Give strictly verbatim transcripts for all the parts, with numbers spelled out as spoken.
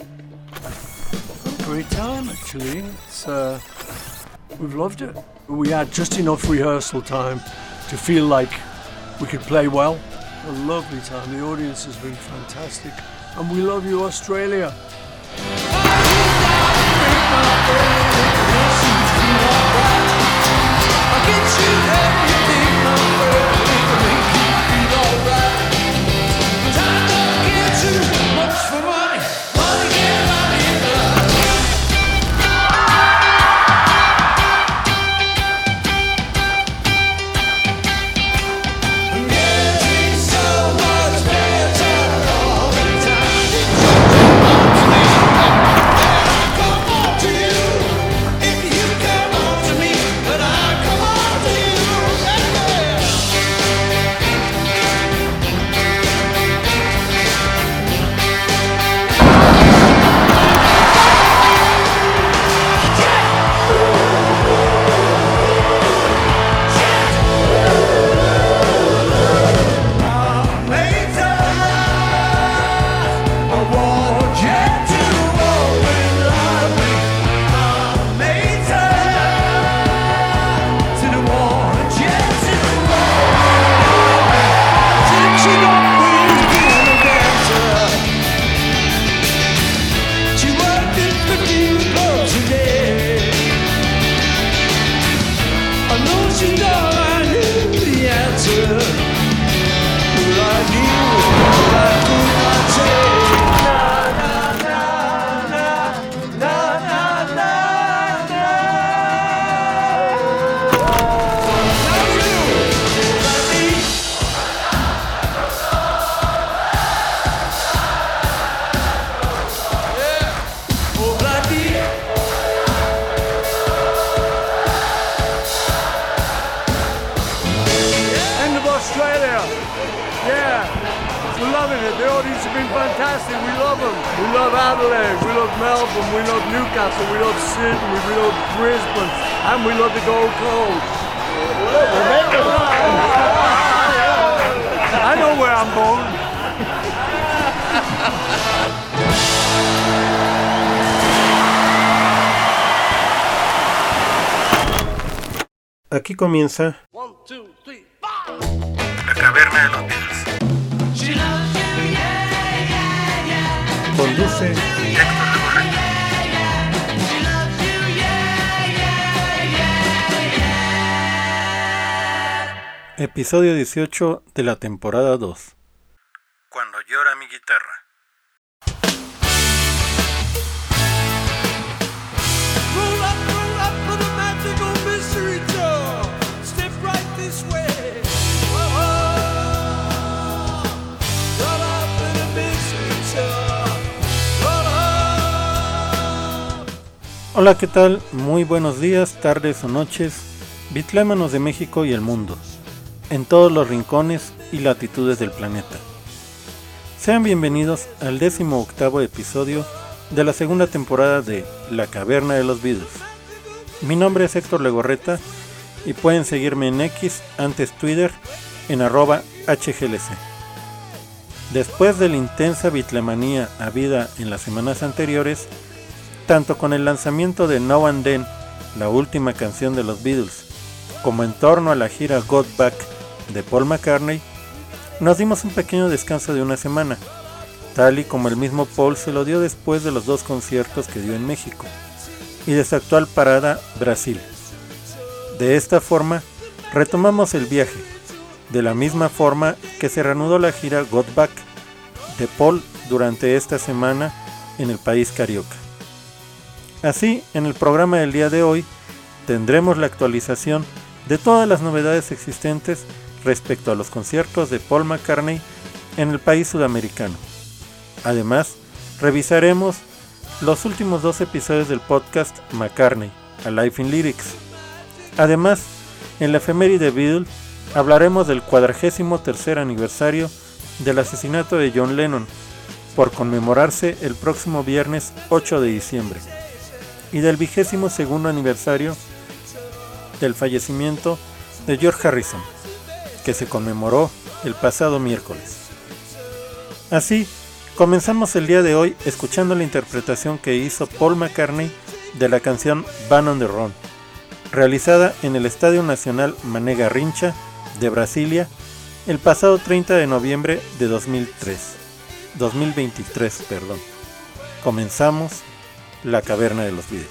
Great time, actually. It's, uh, we've loved it. We had just enough rehearsal time to feel like we could play well. A lovely time. The audience has been fantastic. And we love you, Australia. Aquí comienza One, two, three, La Caverna de los Beatles. Conduce Héctor Legorreta. Episodio dieciocho de la temporada dos. Cuando llora mi guitarra. Hola, ¿qué tal? Muy buenos días, tardes o noches, bitlémanos de México y el mundo, en todos los rincones y latitudes del planeta. Sean bienvenidos al décimo octavo episodio de la segunda temporada de La Caverna de los Beatles. Mi nombre es Héctor Legorreta y pueden seguirme en X, antes Twitter, en arroba H G L C. Después de la intensa bitlemanía habida en las semanas anteriores, tanto con el lanzamiento de Now and Then, la última canción de los Beatles, como en torno a la gira Got Back de Paul McCartney, nos dimos un pequeño descanso de una semana, tal y como el mismo Paul se lo dio después de los dos conciertos que dio en México, y de su actual parada, Brasil. De esta forma, retomamos el viaje, de la misma forma que se reanudó la gira Got Back de Paul durante esta semana en el país carioca. Así, en el programa del día de hoy, tendremos la actualización de todas las novedades existentes respecto a los conciertos de Paul McCartney en el país sudamericano. Además, revisaremos los últimos dos episodios del podcast McCartney, Alive in Lyrics. Además, en la efeméride Beatle, hablaremos del cuadragésimo tercer aniversario del asesinato de John Lennon, por conmemorarse el próximo viernes ocho de diciembre. Y del vigésimo segundo aniversario del fallecimiento de George Harrison, que se conmemoró el pasado miércoles. Así, Comenzamos el día de hoy escuchando la interpretación que hizo Paul McCartney de la canción Band on the Run, realizada en el Estadio Nacional Mané Garrincha de Brasilia el pasado treinta de noviembre de dos mil veintitrés. Perdón. Comenzamos La Caverna de los Beatles.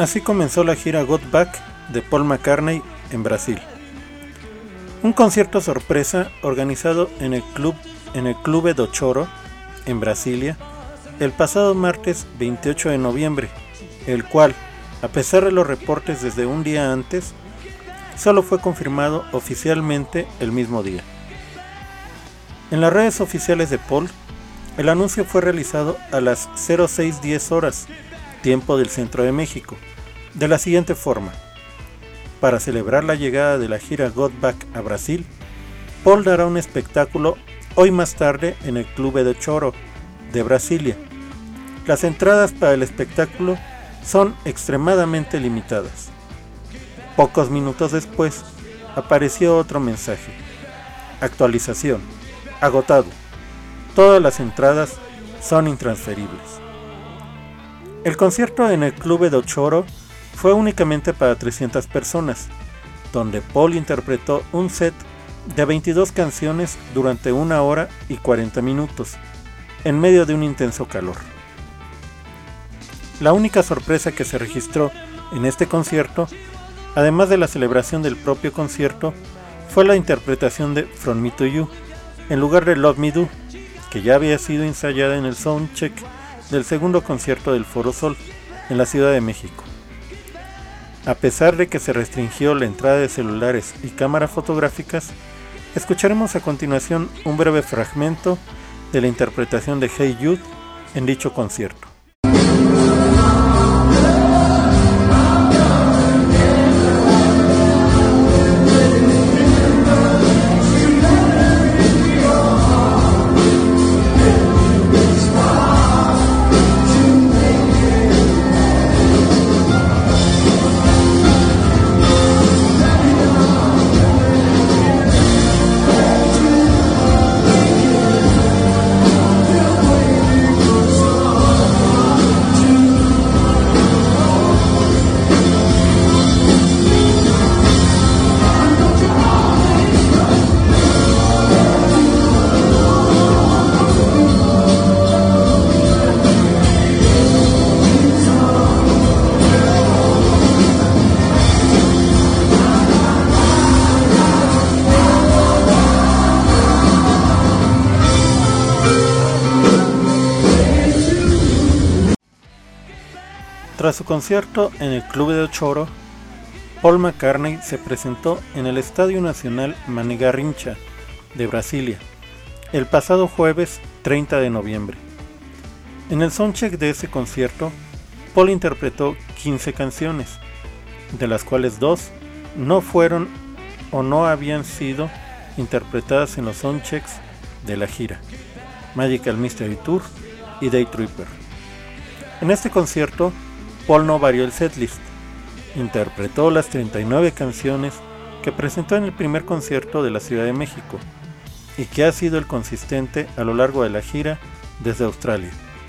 Así comenzó la gira Got Back de Paul McCartney en Brasil. Un concierto sorpresa organizado en el Club en el Clube do Choro en Brasilia el pasado martes veintiocho de noviembre, el cual, a pesar de los reportes desde un día antes, solo fue confirmado oficialmente el mismo día. En las redes oficiales de Paul, el anuncio fue realizado a las cero seis diez horas, tiempo del centro de México, de la siguiente forma. Para celebrar la llegada de la gira Got Back a Brasil, Paul dará un espectáculo hoy más tarde en el Clube do Choro de Brasilia. Las entradas para el espectáculo son extremadamente limitadas. Pocos minutos después, apareció otro mensaje. Actualización. Agotado. Todas las entradas son intransferibles. El concierto en el Clube do Choro fue únicamente para trescientas personas, donde Paul interpretó un set de veintidós canciones durante una hora y cuarenta minutos, en medio de un intenso calor. La única sorpresa que se registró en este concierto, además de la celebración del propio concierto, fue la interpretación de From Me to You, en lugar de Love Me Do, que ya había sido ensayada en el soundcheck del segundo concierto del Foro Sol, en la Ciudad de México. A pesar de que se restringió la entrada de celulares y cámaras fotográficas, escucharemos a continuación un breve fragmento de la interpretación de Hey Jude en dicho concierto. Tras su concierto en el Clube do Choro, Paul McCartney se presentó en el Estadio Nacional Mané Garrincha de Brasilia el pasado jueves treinta de noviembre. En el soundcheck de ese concierto, Paul interpretó quince canciones, de las cuales dos no fueron o no habían sido interpretadas en los soundchecks de la gira, Magical Mystery Tour y Day Tripper. En este concierto, Paul no varió el setlist, interpretó las treinta y nueve canciones que presentó en el primer concierto de la Ciudad de México y que ha sido el consistente a lo largo de la gira desde Australia.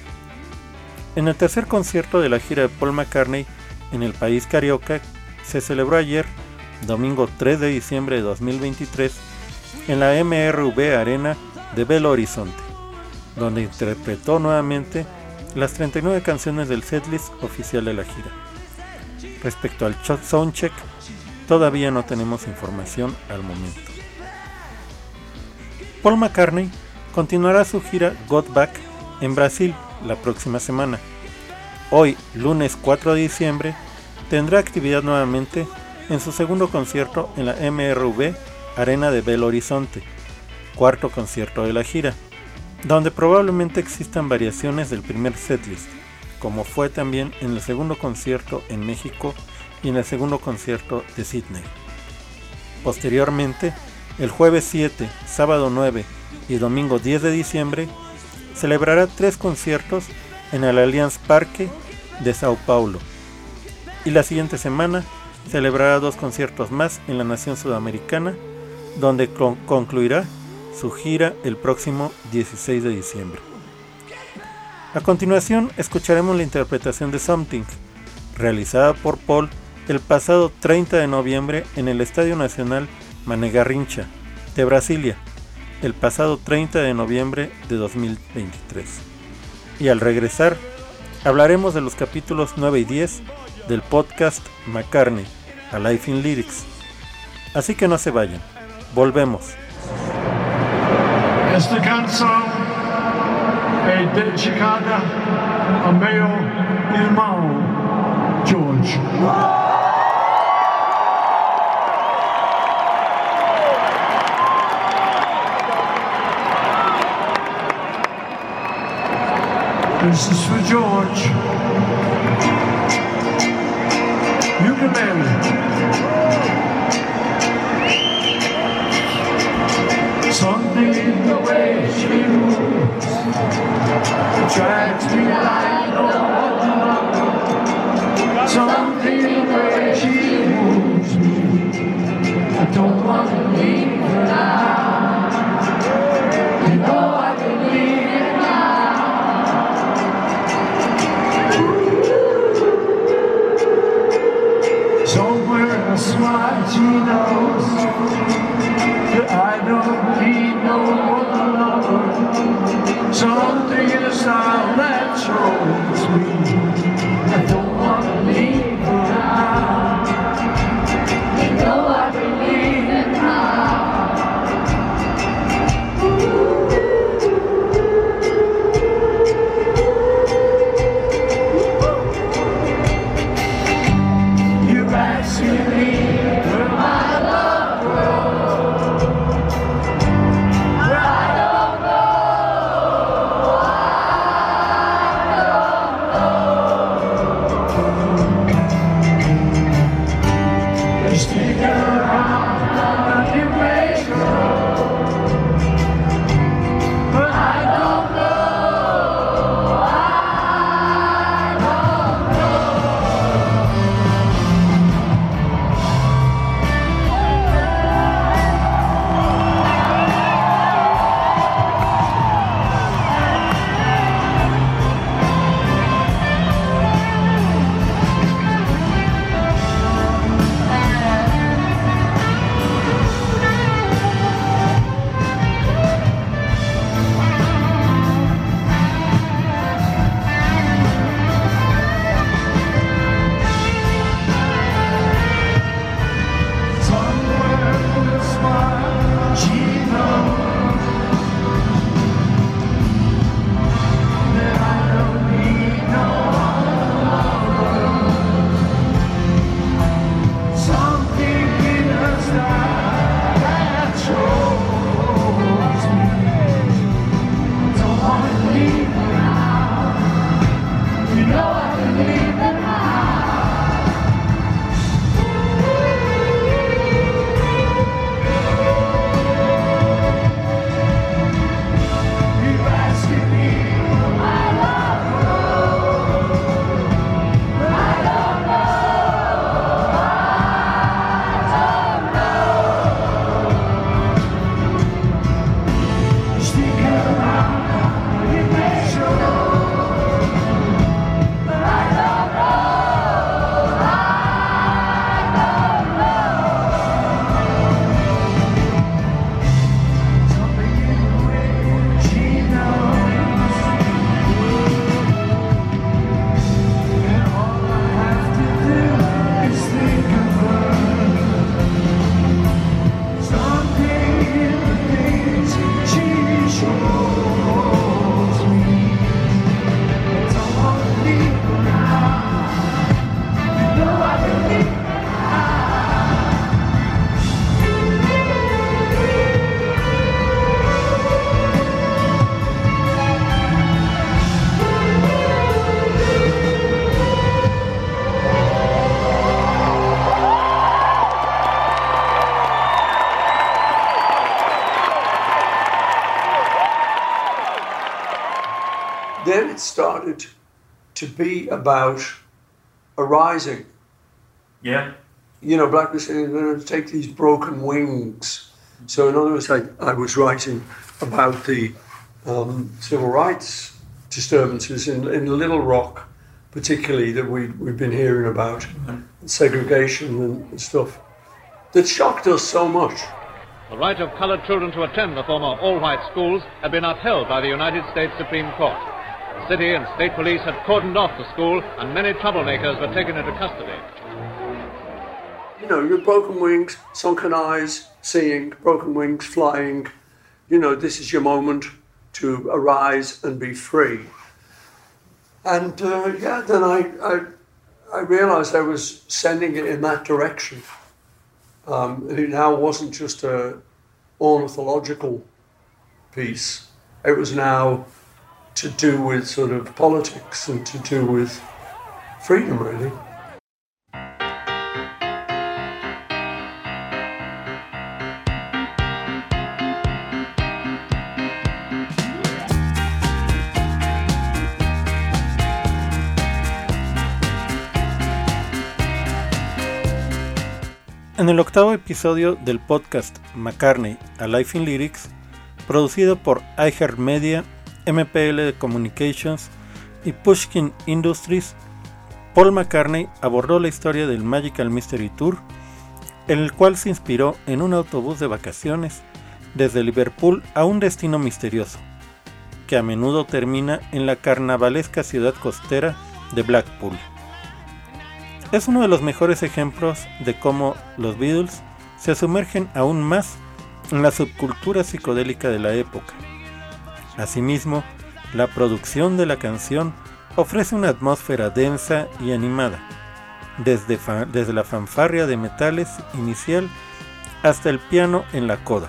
En el tercer concierto de la gira de Paul McCartney en el país carioca se celebró ayer, domingo tres de diciembre de dos mil veintitrés, en la M R V Arena de Belo Horizonte, donde interpretó nuevamente las treinta y nueve canciones del setlist oficial de la gira. Respecto al soundcheck, todavía no tenemos información al momento. Paul McCartney continuará su gira Got Back en Brasil la próxima semana. Hoy, lunes cuatro de diciembre, tendrá actividad nuevamente en su segundo concierto en la M R V Arena de Belo Horizonte, cuarto concierto de la gira, donde probablemente existan variaciones del primer setlist, como fue también en el segundo concierto en México y en el segundo concierto de Sydney. Posteriormente, el jueves siete, sábado nueve y domingo diez de diciembre, celebrará tres conciertos en el Allianz Parque de Sao Paulo, y la siguiente semana celebrará dos conciertos más en la nación sudamericana, donde con- concluirá su gira el próximo dieciséis de diciembre. A continuación escucharemos la interpretación de Something, realizada por Paul el pasado treinta de noviembre en el Estadio Nacional Mané Garrincha de Brasilia, el pasado treinta de noviembre de dos mil veintitrés. Y al regresar, hablaremos de los capítulos nueve y diez del podcast McCartney, A Life in Lyrics. Así que no se vayan, volvemos. Esta canción es dedicada a mi hermano George. This is for George. Ukulele. Something in the way she moves attracts me like no other. Something in the way she moves me. I don't want to leave her now. You know I believe it now. Somewhere a smile she knows that I don't need no other lover. Something inside that shows me I don't want to leave her now. You know I believe it now. You're asking me where my love grows. I don't know. I don't know. Just stick around and you may grow. But I don't know. I don't know. Somewhere with a smile, she knows that I don't need no other. Something in her style that shows me don't want to leave her now. You know I believe it now. You're asking me where my love grows. I don't know. I don't know. Stick around, you may show. But I don't know. I don't know. Something in the way she knows. And all I have to do is think of her. Something in the things she shows me. I don't want to leave her now. You know I believe it now. Then it started to be about a rising. Yeah. You know, Black was saying, "We're going to take these broken wings." So in other words, I, I was writing about the um, civil rights disturbances in, in Little Rock, particularly, that we, we've been hearing about, mm-hmm. segregation and, and stuff, that shocked us so much. The right of colored children to attend the former all-white schools had been upheld by the United States Supreme Court. City and state police had cordoned off the school, and many troublemakers were taken into custody. You know, your broken wings, sunken eyes, seeing, broken wings, flying. You know, this is your moment to arise and be free. And uh, yeah, then I, I, I realized I was sending it in that direction. Um, and it now wasn't just a ornithological piece. It was now to do with sort of politics and to do with freedom, really. En el octavo episodio del podcast McCartney, A Life in Lyrics, producido por iHeartMedia, M P L Communications y Pushkin Industries, Paul McCartney abordó la historia del Magical Mystery Tour, en el cual se inspiró en un autobús de vacaciones desde Liverpool a un destino misterioso, que a menudo termina en la carnavalesca ciudad costera de Blackpool. Es uno de los mejores ejemplos de cómo los Beatles se sumergen aún más en la subcultura psicodélica de la época. Asimismo, la producción de la canción ofrece una atmósfera densa y animada, desde, fa- desde la fanfarria de metales inicial hasta el piano en la coda.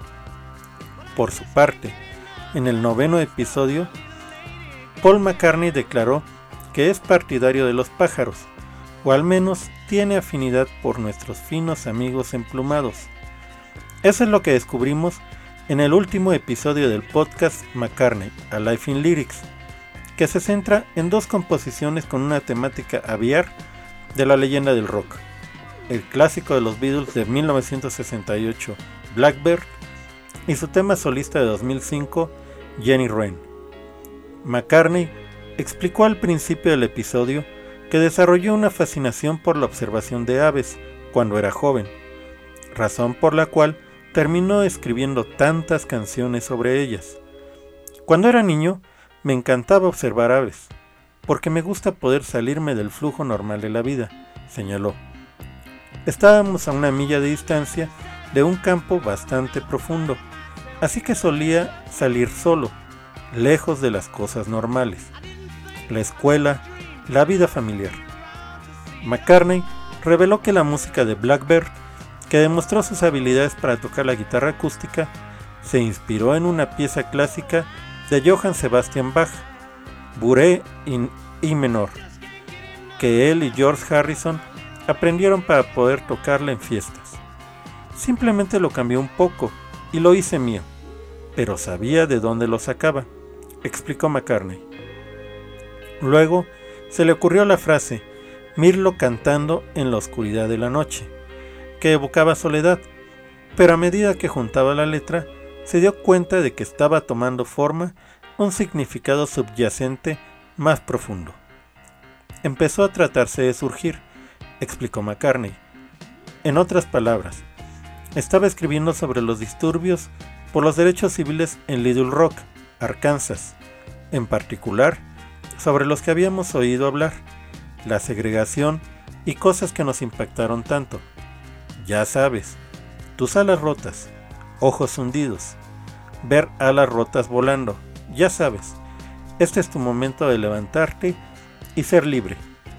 Por su parte, en el noveno episodio, Paul McCartney declaró que es partidario de los pájaros, o al menos tiene afinidad por nuestros finos amigos emplumados. Eso es lo que descubrimos en el último episodio del podcast McCartney, A Life in Lyrics, que se centra en dos composiciones con una temática aviar de la leyenda del rock, el clásico de los Beatles de mil novecientos sesenta y ocho, Blackbird, y su tema solista de dos mil cinco, Jenny Wren. McCartney explicó al principio del episodio que desarrolló una fascinación por la observación de aves cuando era joven, razón por la cual terminó escribiendo tantas canciones sobre ellas. Cuando era niño, me encantaba observar aves, porque me gusta poder salirme del flujo normal de la vida, señaló. Estábamos a una milla de distancia de un campo bastante profundo, así que solía salir solo, lejos de las cosas normales, la escuela, la vida familiar. McCartney reveló que la música de Blackbird, que demostró sus habilidades para tocar la guitarra acústica, se inspiró en una pieza clásica de Johann Sebastian Bach, Bourrée in I menor, que él y George Harrison aprendieron para poder tocarla en fiestas. Simplemente lo cambié un poco y lo hice mío, pero sabía de dónde lo sacaba, explicó McCartney. Luego se le ocurrió la frase Mirlo cantando en la oscuridad de la noche, que evocaba soledad, pero a medida que juntaba la letra, se dio cuenta de que estaba tomando forma un significado subyacente más profundo. Empezó a tratarse de surgir, explicó McCartney. En otras palabras, estaba escribiendo sobre los disturbios por los derechos civiles en Little Rock, Arkansas, en particular sobre los que habíamos oído hablar, la segregación y cosas que nos impactaron tanto. Ya sabes, tus alas rotas, ojos hundidos, ver alas rotas volando, ya sabes, este es tu momento de levantarte y ser libre.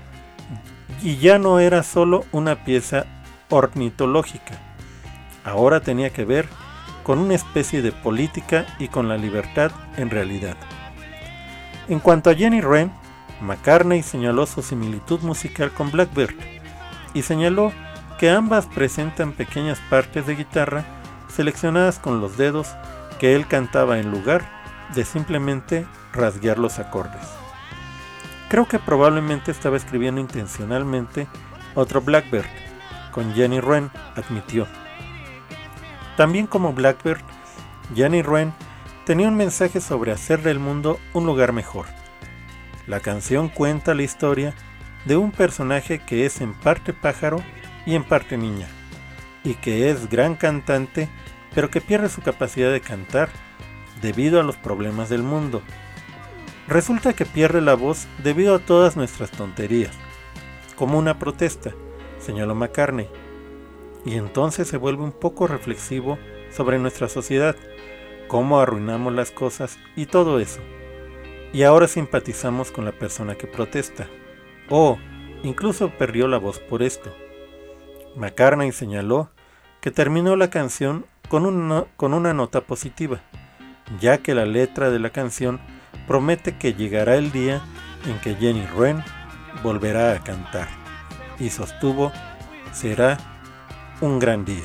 Y ya no era solo una pieza ornitológica, ahora tenía que ver con una especie de política y con la libertad en realidad. En cuanto a Jenny Wren, McCartney señaló su similitud musical con Blackbird y señaló que ambas presentan pequeñas partes de guitarra seleccionadas con los dedos que él cantaba en lugar de simplemente rasguear los acordes. Creo que probablemente estaba escribiendo intencionalmente otro Blackbird con Jenny Wren, admitió. También como Blackbird, Jenny Wren tenía un mensaje sobre hacer del mundo un lugar mejor. La canción cuenta la historia de un personaje que es en parte pájaro y en parte niña, y que es gran cantante, pero que pierde su capacidad de cantar debido a los problemas del mundo. Resulta que pierde la voz debido a todas nuestras tonterías, como una protesta, señaló McCartney, y entonces se vuelve un poco reflexivo sobre nuestra sociedad, cómo arruinamos las cosas y todo eso. Y ahora simpatizamos con la persona que protesta, o incluso perdió la voz por esto. McCartney señaló que terminó la canción con una, con una nota positiva, ya que la letra de la canción promete que llegará el día en que Jenny Wren volverá a cantar, y sostuvo, será un gran día.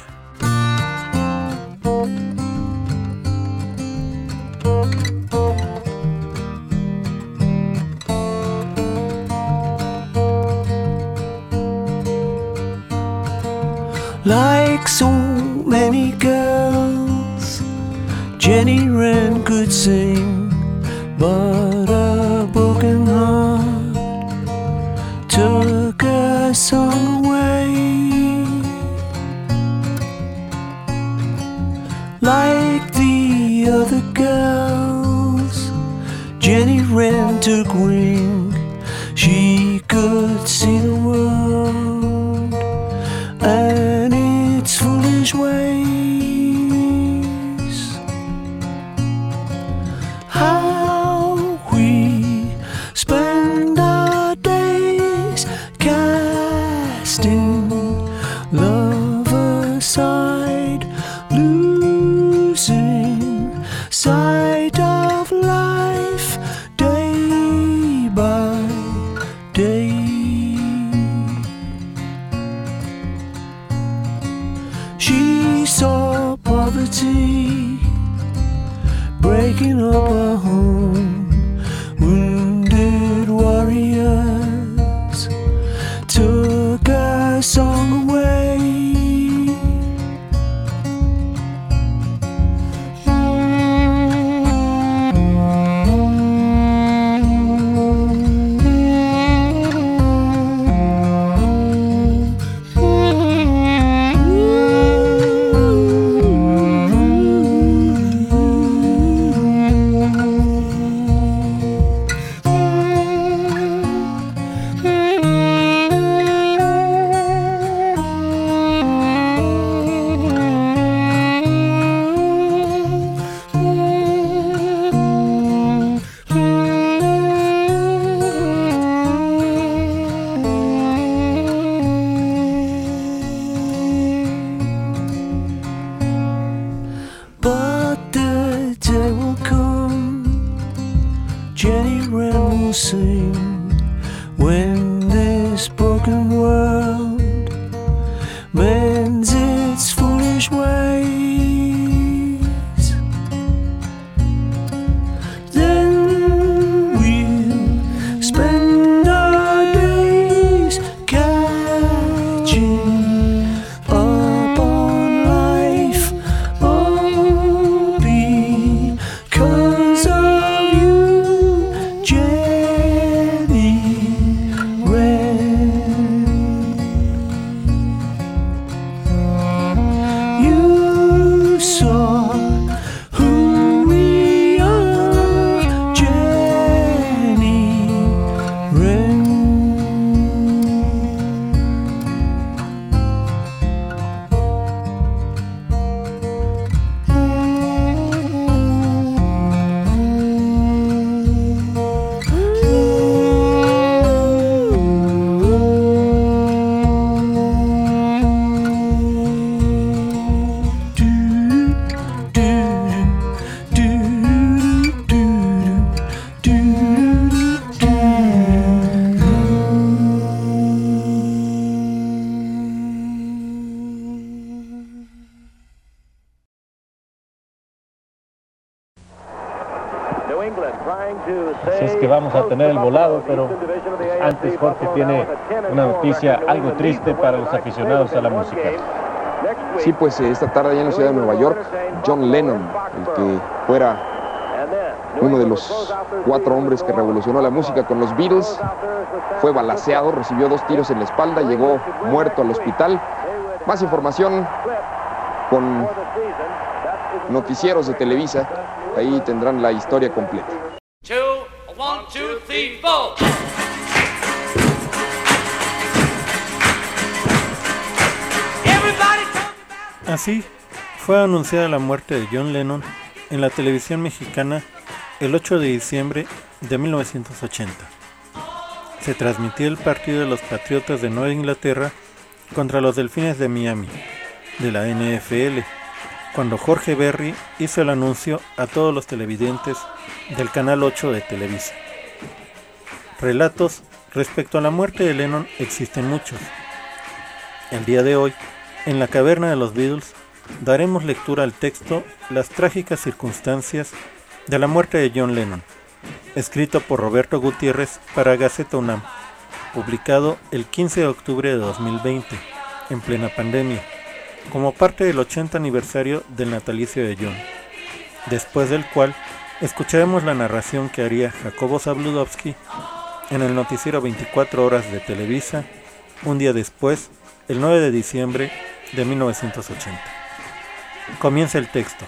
Like so many girls, Jenny Wren could sing, but a broken heart took her song away. Like the other girls, Jenny Wren took wing. She could see the world and its foolish ways. How we spend our days casting love aside, losing sight of life day by day. She saw poverty breaking up her home. Wounded warriors took her song away. Jenny Wren will sing when this broken world mends its foolish ways. Then we'll spend our days catching up on life, all because of Así es que vamos a tener el volado, pero antes Jorge tiene una noticia algo triste para los aficionados a la música. Sí, pues esta tarde allá en la ciudad de Nueva York, John Lennon, el que fuera uno de los cuatro hombres que revolucionó la música con los Beatles, fue balaceado, recibió dos tiros en la espalda, llegó muerto al hospital. Más información con noticieros de Televisa, ahí tendrán la historia completa. Two, one, three, four. Así fue anunciada la muerte de John Lennon en la televisión mexicana el ocho de diciembre de mil novecientos ochenta. Se transmitió el partido de los Patriotas de Nueva Inglaterra contra los Delfines de Miami, de la N F L, cuando Jorge Berry hizo el anuncio a todos los televidentes del Canal ocho de Televisa. Relatos respecto a la muerte de Lennon existen muchos. El día de hoy, en la caverna de los Beatles, daremos lectura al texto Las trágicas circunstancias de la muerte de John Lennon, escrito por Roberto Gutiérrez para Gaceta UNAM, publicado el quince de octubre de dos mil veinte, en plena pandemia, como parte del ochenta aniversario del natalicio de John, después del cual escucharemos la narración que haría Jacobo Zabludovsky en el noticiero veinticuatro horas de Televisa, un día después, el nueve de diciembre de mil novecientos ochenta. Comienza el texto.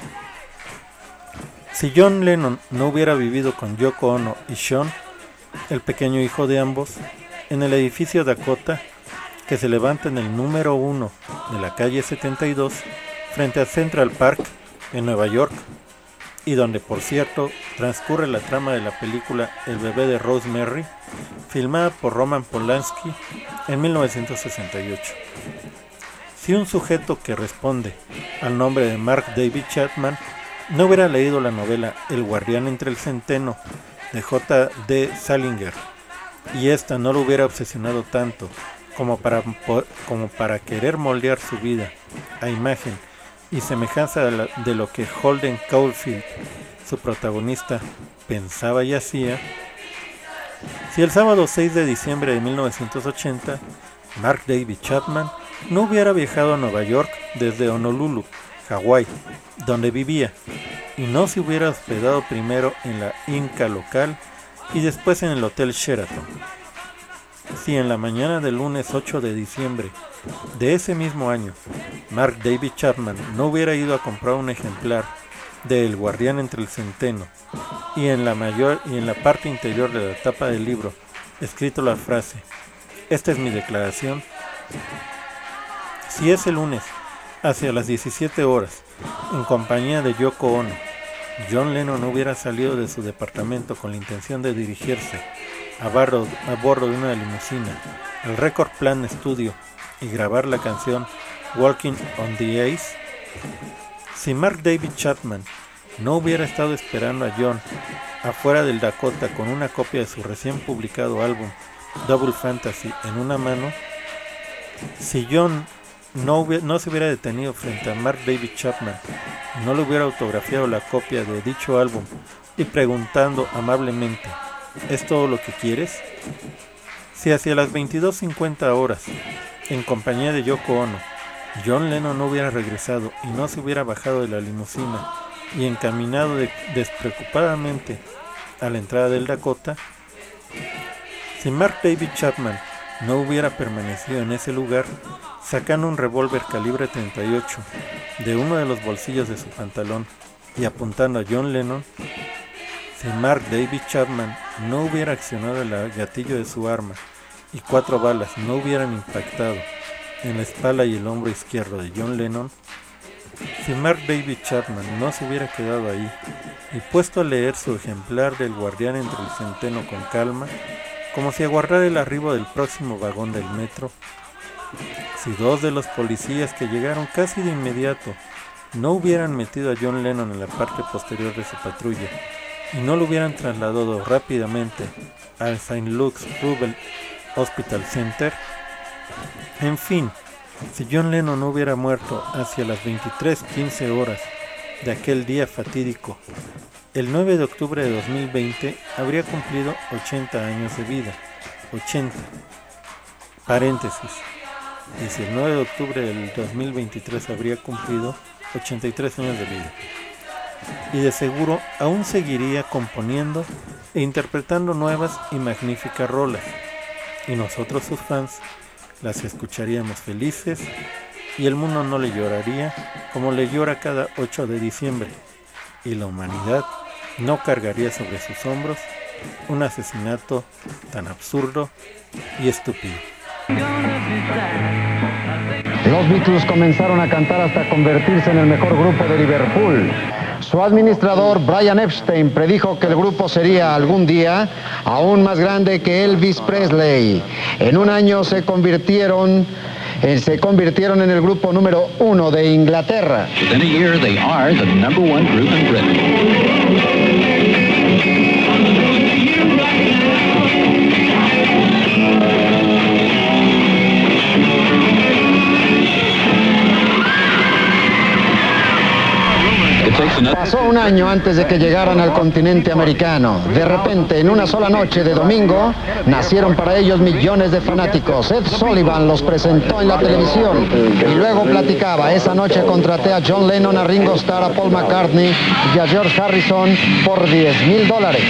Si John Lennon no hubiera vivido con Yoko Ono y Sean, el pequeño hijo de ambos, en el edificio Dakota, que se levanta en el número uno de la calle setenta y dos, frente a Central Park, en Nueva York, y donde, por cierto, transcurre la trama de la película El bebé de Rosemary, filmada por Roman Polanski en mil novecientos sesenta y ocho. Si un sujeto que responde al nombre de Mark David Chapman no hubiera leído la novela El guardián entre el centeno de J D Salinger y ésta no lo hubiera obsesionado tanto como para, como para querer moldear su vida a imagen y semejanza de, la, de lo que Holden Caulfield, su protagonista, pensaba y hacía, si el sábado seis de diciembre de mil novecientos ochenta Mark David Chapman no hubiera viajado a Nueva York desde Honolulu, Hawái, donde vivía, y no se hubiera hospedado primero en la Inca local y después en el Hotel Sheraton. Si en la mañana del lunes ocho de diciembre de ese mismo año Mark David Chapman no hubiera ido a comprar un ejemplar de El guardián entre el centeno y en la mayor y en la parte interior de la tapa del libro escrito la frase "Esta es mi declaración", si ese lunes hacia las diecisiete horas en compañía de Yoko Ono John Lennon no hubiera salido de su departamento con la intención de dirigirse a bordo, a bordo de una limusina al Record Plant Studio y grabar la canción Walking on the Ice, si Mark David Chapman no hubiera estado esperando a John afuera del Dakota con una copia de su recién publicado álbum Double Fantasy en una mano, si John no, hubiera, no se hubiera detenido frente a Mark David Chapman y no le hubiera autografiado la copia de dicho álbum y preguntando amablemente ¿es todo lo que quieres?, si hacia las veintidós cincuenta horas, en compañía de Yoko Ono, John Lennon no hubiera regresado y no se hubiera bajado de la limusina y encaminado de, despreocupadamente a la entrada del Dakota, si Mark David Chapman no hubiera permanecido en ese lugar, sacando un revólver calibre treinta y ocho de uno de los bolsillos de su pantalón y apuntando a John Lennon, si Mark David Chapman no hubiera accionado el gatillo de su arma y cuatro balas no hubieran impactado en la espalda y el hombro izquierdo de John Lennon, si Mark David Chapman no se hubiera quedado ahí y puesto a leer su ejemplar del guardián entre el centeno con calma, como si aguardara el arribo del próximo vagón del metro, si dos de los policías que llegaron casi de inmediato no hubieran metido a John Lennon en la parte posterior de su patrulla y no lo hubieran trasladado rápidamente al Saint Luke's Rubel Hospital Center, en fin, si John Lennon no hubiera muerto hacia las veintitrés quince horas de aquel día fatídico, el nueve de octubre de dos mil veinte habría cumplido ochenta años de vida. ochenta. Paréntesis. Y si el nueve de octubre del dos mil veintitrés habría cumplido ochenta y tres años de vida. Y de seguro aún seguiría componiendo e interpretando nuevas y magníficas rolas. Y nosotros, sus fans, las escucharíamos felices y el mundo no le lloraría como le llora cada ocho de diciembre. Y la humanidad no cargaría sobre sus hombros Un asesinato tan absurdo y estúpido. Los Beatles comenzaron a cantar hasta convertirse en el mejor grupo de Liverpool. Su administrador, Brian Epstein, predijo que el grupo sería algún día aún más grande que Elvis Presley. En un año se convirtieron, eh, se convirtieron en el grupo número uno de Inglaterra. Within a year, they are the number one group in Britain. Pasó un año antes de que llegaran al continente americano. De repente, en una sola noche de domingo, nacieron para ellos millones de fanáticos. Ed Sullivan los presentó en la televisión y luego platicaba: esa noche contraté a John Lennon, a Ringo Starr, a Paul McCartney y a George Harrison por diez mil dólares.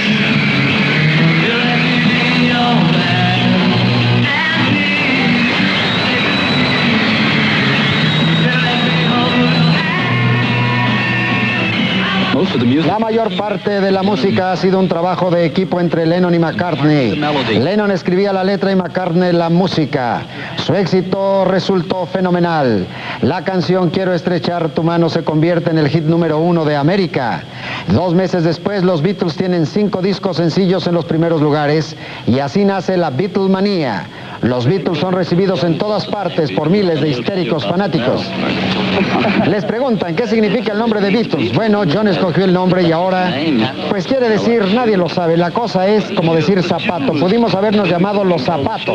La mayor parte de la música ha sido un trabajo de equipo entre Lennon y McCartney. Lennon escribía la letra y McCartney la música. Su éxito resultó fenomenal. La canción Quiero estrechar tu mano se convierte en el hit número uno de América. Dos meses después, los Beatles tienen cinco discos sencillos en los primeros lugares y así nace la Beatlemanía. Los Beatles son recibidos en todas partes por miles de histéricos fanáticos. Les preguntan qué significa el nombre de Beatles. Bueno, John escogió el nombre y ahora, pues quiere decir, nadie lo sabe. La cosa es como decir zapato. Pudimos habernos llamado los zapatos.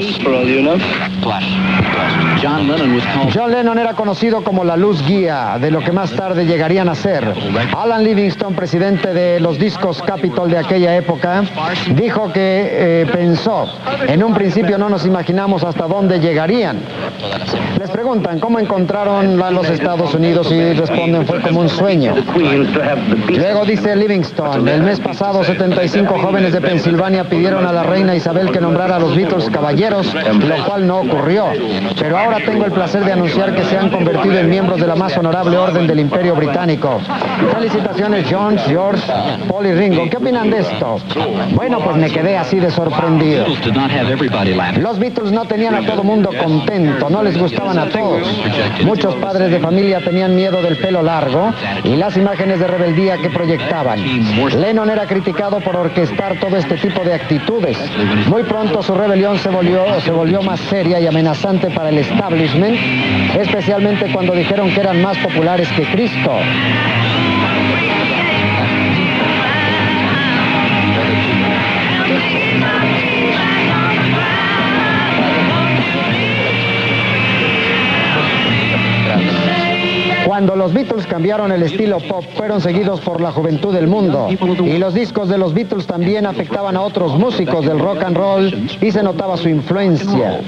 John Lennon era conocido como la luz guía de lo que más tarde llegarían a ser. Alan Livingston, presidente de los discos Capitol de aquella época, dijo que eh, pensó, en un principio no nos imaginamos hasta dónde llegarían. Les preguntan cómo encontraron a los Estados Unidos y responden, fue como un sueño. Luego dice Livingston, el mes pasado setenta y cinco jóvenes de Pensilvania pidieron a la reina Isabel que nombrara a los Beatles caballeros, lo cual no ocurrió. Pero ahora tengo el placer de anunciar que se han convertido en miembros de la más honorable orden del Imperio Británico. Felicitaciones John, George, Paul y Ringo. ¿Qué opinan de esto? Bueno, pues me quedé así de sorprendido. Los Beatles no tenían a todo mundo contento, no les gustaban a todos. Muchos padres de familia tenían miedo del pelo largo y las imágenes de rebeldía que proyectaban. Lennon era criticado por orquestar todo este tipo de actitudes. Muy pronto su rebelión se volvió, se volvió más seria y amenazante para el establishment, especialmente cuando dijeron que eran más populares que Cristo. Cuando los Beatles cambiaron el estilo pop, fueron seguidos por la juventud del mundo. Y los discos de los Beatles también afectaban a otros músicos del rock and roll y se notaba su influencia.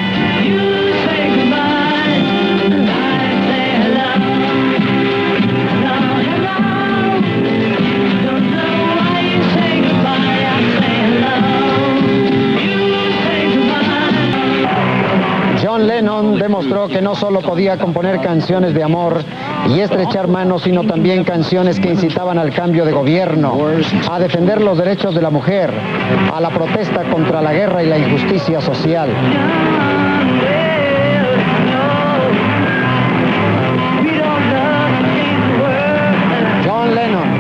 John Lennon demostró que no solo podía componer canciones de amor y estrechar manos, sino también canciones que incitaban al cambio de gobierno, a defender los derechos de la mujer, a la protesta contra la guerra y la injusticia social. John Lennon.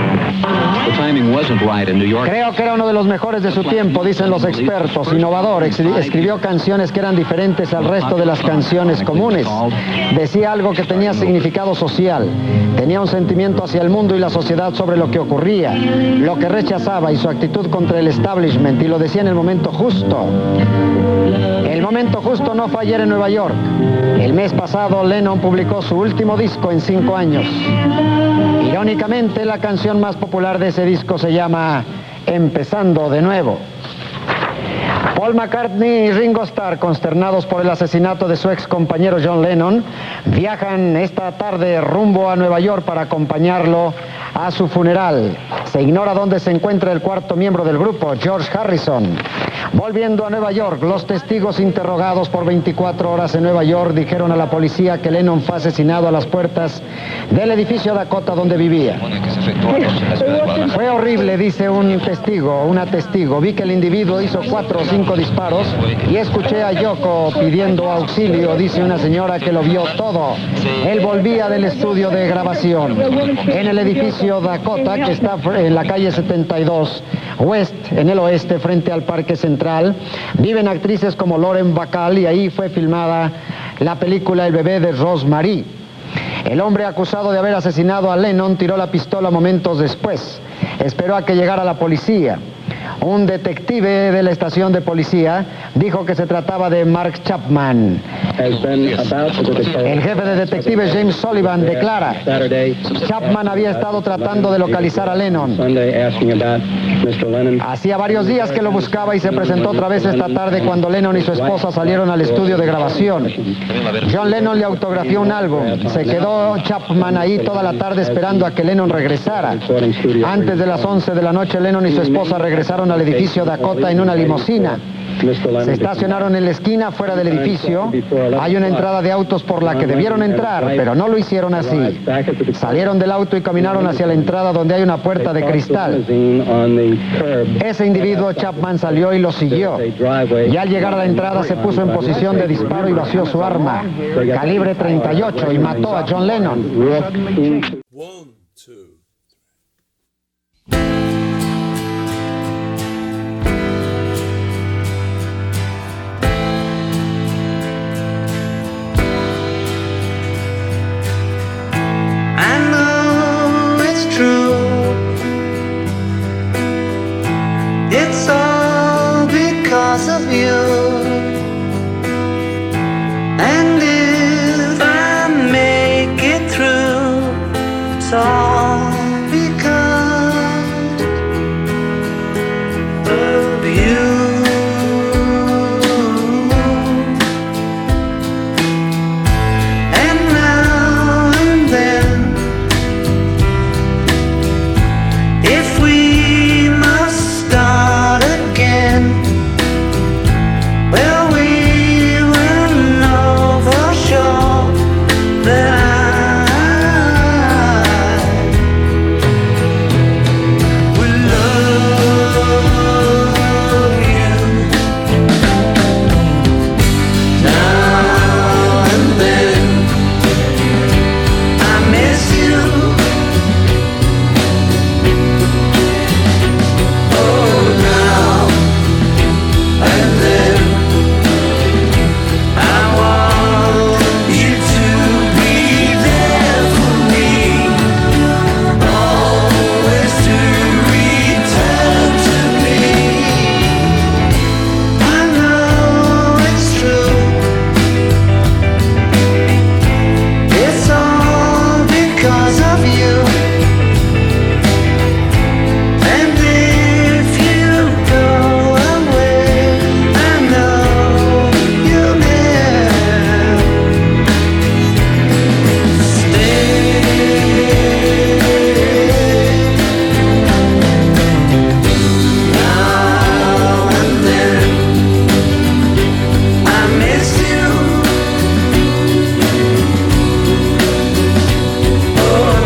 Creo que era uno de los mejores de su tiempo, dicen los expertos. Innovador, escribió canciones que eran diferentes al resto de las canciones comunes. Decía algo que tenía significado social. Tenía un sentimiento hacia el mundo y la sociedad sobre lo que ocurría, lo que rechazaba y su actitud contra el establishment, y lo decía en el momento justo. El momento justo no fue ayer en Nueva York. El mes pasado Lennon publicó su último disco en cinco años. Irónicamente, la canción más popular de ese disco se llama Empezando de Nuevo. Paul McCartney y Ringo Starr, consternados por el asesinato de su ex compañero John Lennon, viajan esta tarde rumbo a Nueva York para acompañarlo a su funeral. Se ignora dónde se encuentra el cuarto miembro del grupo, George Harrison. Volviendo a Nueva York, los testigos interrogados por veinticuatro horas en Nueva York dijeron a la policía que Lennon fue asesinado a las puertas del edificio Dakota donde vivía. Fue horrible, dice un testigo, una testigo. Vi que el individuo hizo cuatro o cinco disparos y escuché a Yoko pidiendo auxilio, dice una señora que lo vio todo. Él volvía del estudio de grabación. En el edificio Dakota, que está en la calle setenta y dos West, en el oeste, frente al Parque Central, viven actrices como Lauren Bacall y ahí fue filmada la película El bebé de Rosemary. El hombre acusado de haber asesinado a Lennon tiró la pistola momentos después. Esperó a que llegara la policía. Un detective de la estación de policía dijo que se trataba de Mark Chapman. El jefe de detectives James Sullivan declara: Chapman había estado tratando de localizar a Lennon. Hacía varios días que lo buscaba y se presentó otra vez esta tarde cuando Lennon y su esposa salieron al estudio de grabación. John Lennon le autografió un álbum. Se quedó Chapman ahí toda la tarde esperando a que Lennon regresara. Antes de las once de la noche, Lennon y su esposa regresaron al edificio Dakota en una limusina. Se estacionaron en la esquina fuera del edificio. Hay una entrada de autos por la que debieron entrar, pero no lo hicieron así. Salieron del auto y caminaron hacia la entrada donde hay una puerta de cristal. Ese individuo, Chapman, salió y lo siguió. Y al llegar a la entrada se puso en posición de disparo y vació su arma, calibre treinta y ocho, y mató a John Lennon. One, two. It's all because of you. And if I make it through, it's all because of you. And now and then, if we must start again, well, we will know for sure that I will love you. Now and then, I miss you. Oh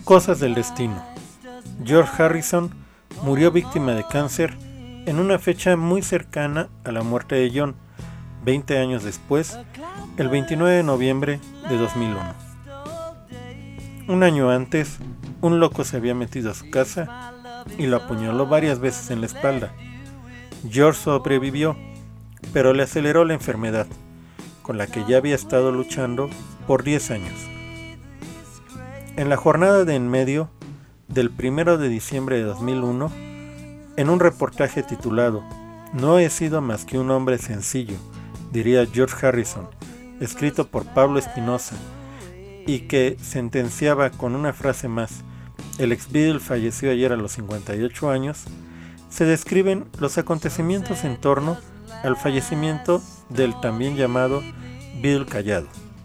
Cosas del destino. George Harrison murió víctima de cáncer en una fecha muy cercana a la muerte de John, veinte años después, el veintinueve de noviembre de dos mil uno. Un año antes, un loco se había metido a su casa y lo apuñaló varias veces en la espalda. George sobrevivió, pero le aceleró la enfermedad, con la que ya había estado luchando por diez años. En la jornada de en medio del primero de diciembre de dos mil uno, en un reportaje titulado "No he sido más que un hombre sencillo", diría George Harrison, escrito por Pablo Espinosa, y que sentenciaba con una frase más: "El ex Beatle falleció ayer a los cincuenta y ocho años", se describen los acontecimientos en torno al fallecimiento del también llamado Beatle callado.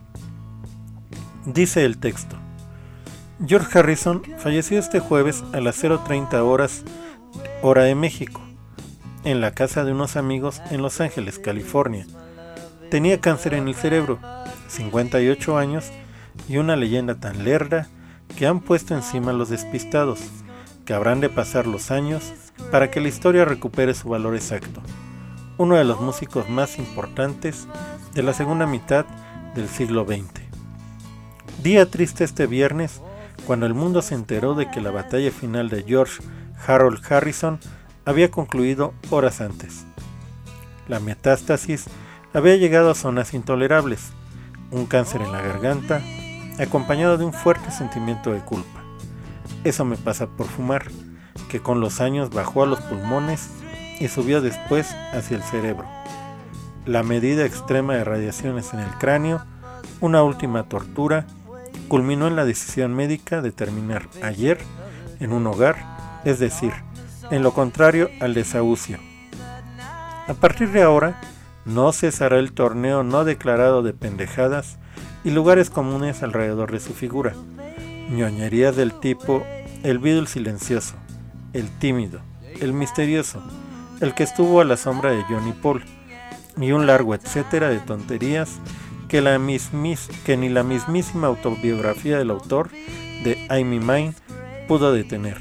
Dice el texto: George Harrison falleció este jueves a las cero treinta horas, hora de México, en la casa de unos amigos en Los Ángeles, California. Tenía cáncer en el cerebro, cincuenta y ocho años y una leyenda tan lerda que han puesto encima los despistados, que habrán de pasar los años para que la historia recupere su valor exacto. Uno de los músicos más importantes de la segunda mitad del siglo veinte. Día triste este viernes, cuando el mundo se enteró de que la batalla final de George Harold Harrison había concluido horas antes. La metástasis había llegado a zonas intolerables, un cáncer en la garganta, acompañado de un fuerte sentimiento de culpa. Eso me pasa por fumar, que con los años bajó a los pulmones y subió después hacia el cerebro. La medida extrema de radiaciones en el cráneo, una última tortura, culminó en la decisión médica de terminar ayer en un hogar, es decir, en lo contrario al desahucio. A partir de ahora, no cesará el torneo no declarado de pendejadas y lugares comunes alrededor de su figura. Ñoñerías del tipo el Beatle silencioso, el tímido, el misterioso, el que estuvo a la sombra de John y Paul, y un largo etcétera de tonterías que, la mismis, que ni la mismísima autobiografía del autor de I'm Mine pudo detener.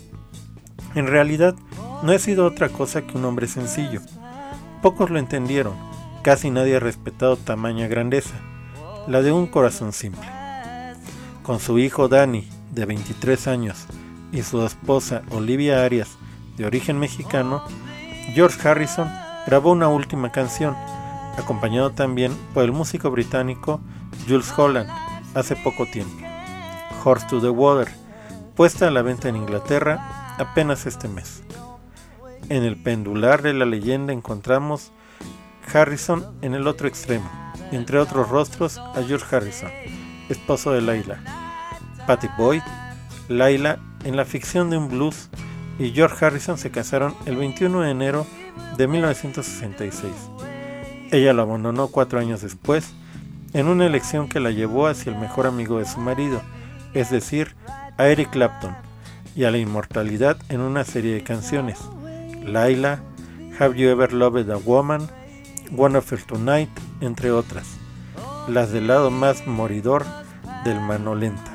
En realidad, no he sido otra cosa que un hombre sencillo. Pocos lo entendieron, casi nadie ha respetado tamaña grandeza, la de un corazón simple. Con su hijo Danny, de veintitrés años, y su esposa Olivia Arias, de origen mexicano, George Harrison grabó una última canción, acompañado también por el músico británico Jools Holland, hace poco tiempo. Horse to the Water, puesta a la venta en Inglaterra apenas este mes. En el pendular de la leyenda encontramos Harrison en el otro extremo, entre otros rostros a George Harrison, esposo de Layla, Pattie Boyd, Layla en la ficción de un blues, y George Harrison se casaron el veintiuno de enero de mil novecientos sesenta y seis. Ella lo abandonó cuatro años después, en una elección que la llevó hacia el mejor amigo de su marido, es decir, a Eric Clapton, y a la inmortalidad en una serie de canciones: Layla, Have You Ever Loved a Woman, Wonderful Tonight, entre otras, las del lado más moridor del mano lenta.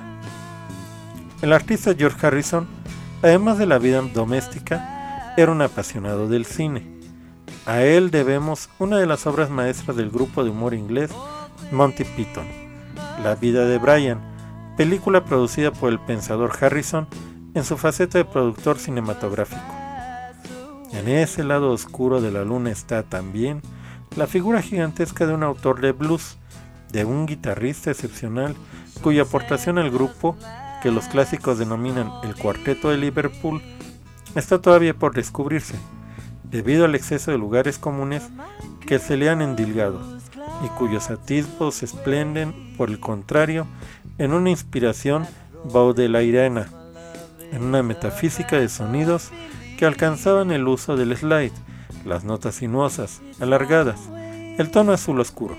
El artista George Harrison, además de la vida doméstica, era un apasionado del cine. A él debemos una de las obras maestras del grupo de humor inglés Monty Python, La vida de Brian, película producida por el pensador Harrison en su faceta de productor cinematográfico. En ese lado oscuro de la luna está también la figura gigantesca de un autor de blues, de un guitarrista excepcional cuya aportación al grupo, que los clásicos denominan el Cuarteto de Liverpool, está todavía por descubrirse, debido al exceso de lugares comunes que se le han endilgado, y cuyos atisbos se esplenden, por el contrario, en una inspiración baudelairiana, en una metafísica de sonidos que alcanzaban el uso del slide, las notas sinuosas, alargadas, el tono azul oscuro.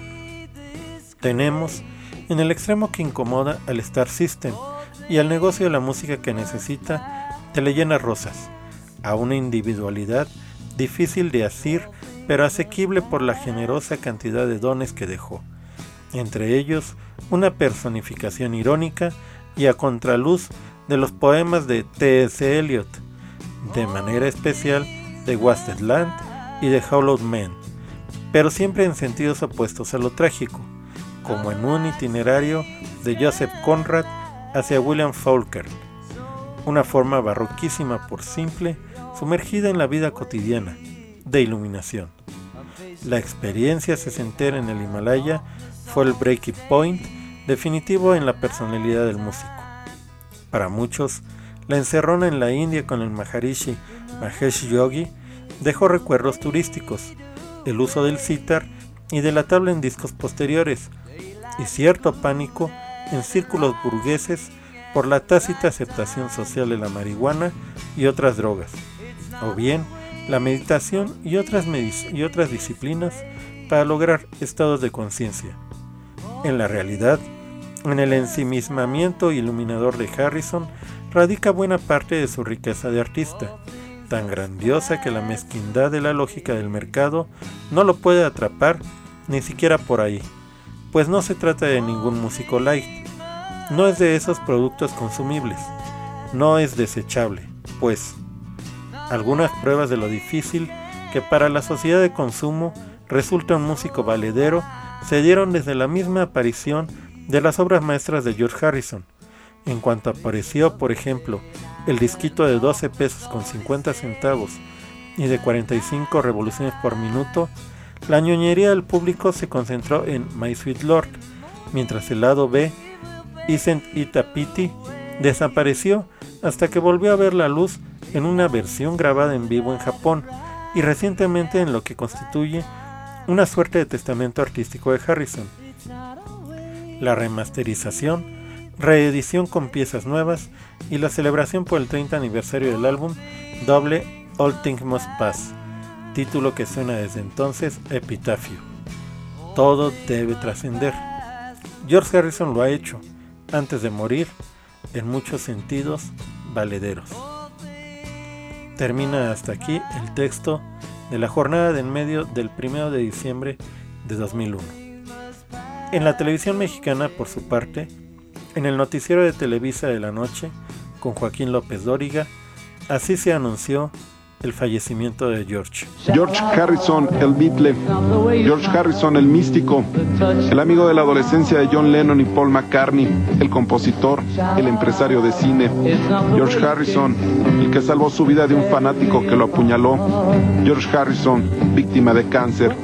Tenemos en el extremo que incomoda al Star System y al negocio de la música que necesita de leyendas rosas, a una individualidad difícil de asir pero asequible por la generosa cantidad de dones que dejó, entre ellos una personificación irónica y a contraluz de los poemas de T S Eliot, de manera especial de Wasted Land y de Hollowed Man, pero siempre en sentidos opuestos a lo trágico, como en un itinerario de Joseph Conrad hacia William Faulkner, una forma barroquísima por simple, sumergida en la vida cotidiana, de iluminación. La experiencia sesentera en el Himalaya fue el breaking point definitivo en la personalidad del músico. Para muchos, la encerrona en la India con el Maharishi Mahesh Yogi dejó recuerdos turísticos, el uso del sitar y de la tabla en discos posteriores, y cierto pánico en círculos burgueses por la tácita aceptación social de la marihuana y otras drogas, o bien la meditación y otras, medic- y otras disciplinas para lograr estados de conciencia. En la realidad, en el ensimismamiento iluminador de Harrison radica buena parte de su riqueza de artista, tan grandiosa que la mezquindad de la lógica del mercado no lo puede atrapar ni siquiera por ahí, pues no se trata de ningún músico light, no es de esos productos consumibles, no es desechable, pues algunas pruebas de lo difícil que para la sociedad de consumo resulta un músico valedero se dieron desde la misma aparición de las obras maestras de George Harrison. En cuanto apareció, por ejemplo, el disquito de doce pesos con cincuenta centavos y de cuarenta y cinco revoluciones por minuto, la ñoñería del público se concentró en My Sweet Lord, mientras el lado B, Isn't It a Pity, desapareció hasta que volvió a ver la luz en una versión grabada en vivo en Japón y recientemente en lo que constituye una suerte de testamento artístico de Harrison. La remasterización, reedición con piezas nuevas y la celebración por el treinta aniversario del álbum doble All Things Must Pass, título que suena desde entonces a epitafio. Todo debe trascender. George Harrison lo ha hecho, antes de morir, en muchos sentidos, valederos. Termina hasta aquí el texto de la jornada de en medio del primero de diciembre de dos mil uno. En la televisión mexicana, por su parte, en el noticiero de Televisa de la noche, con Joaquín López Dóriga, así se anunció el fallecimiento de George. George Harrison, el Beatle. George Harrison, el místico. El amigo de la adolescencia de John Lennon y Paul McCartney. El compositor, el empresario de cine. George Harrison, el que salvó su vida de un fanático que lo apuñaló. George Harrison, víctima de cáncer.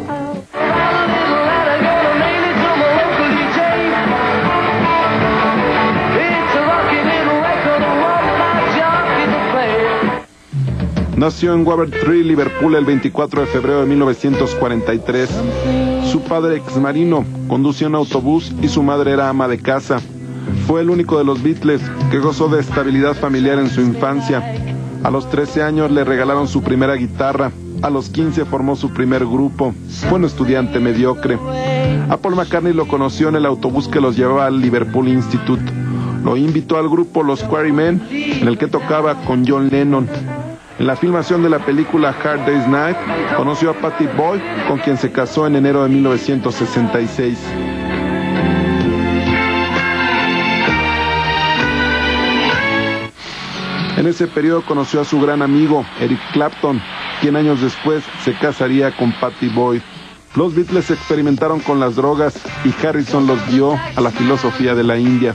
Nació en Wavertree, Liverpool, el veinticuatro de febrero de mil novecientos cuarenta y tres. Su padre, exmarino, conducía un autobús y su madre era ama de casa. Fue el único de los Beatles que gozó de estabilidad familiar en su infancia. A los trece años le regalaron su primera guitarra. A los quince formó su primer grupo. Fue un estudiante mediocre. A Paul McCartney lo conoció en el autobús que los llevaba al Liverpool Institute. Lo invitó al grupo Los Quarrymen, en el que tocaba con John Lennon. En la filmación de la película Hard Day's Night, conoció a Pattie Boyd, con quien se casó en enero de mil novecientos sesenta y seis. En ese periodo conoció a su gran amigo, Eric Clapton, quien años después se casaría con Pattie Boyd. Los Beatles experimentaron con las drogas y Harrison los guió a la filosofía de la India.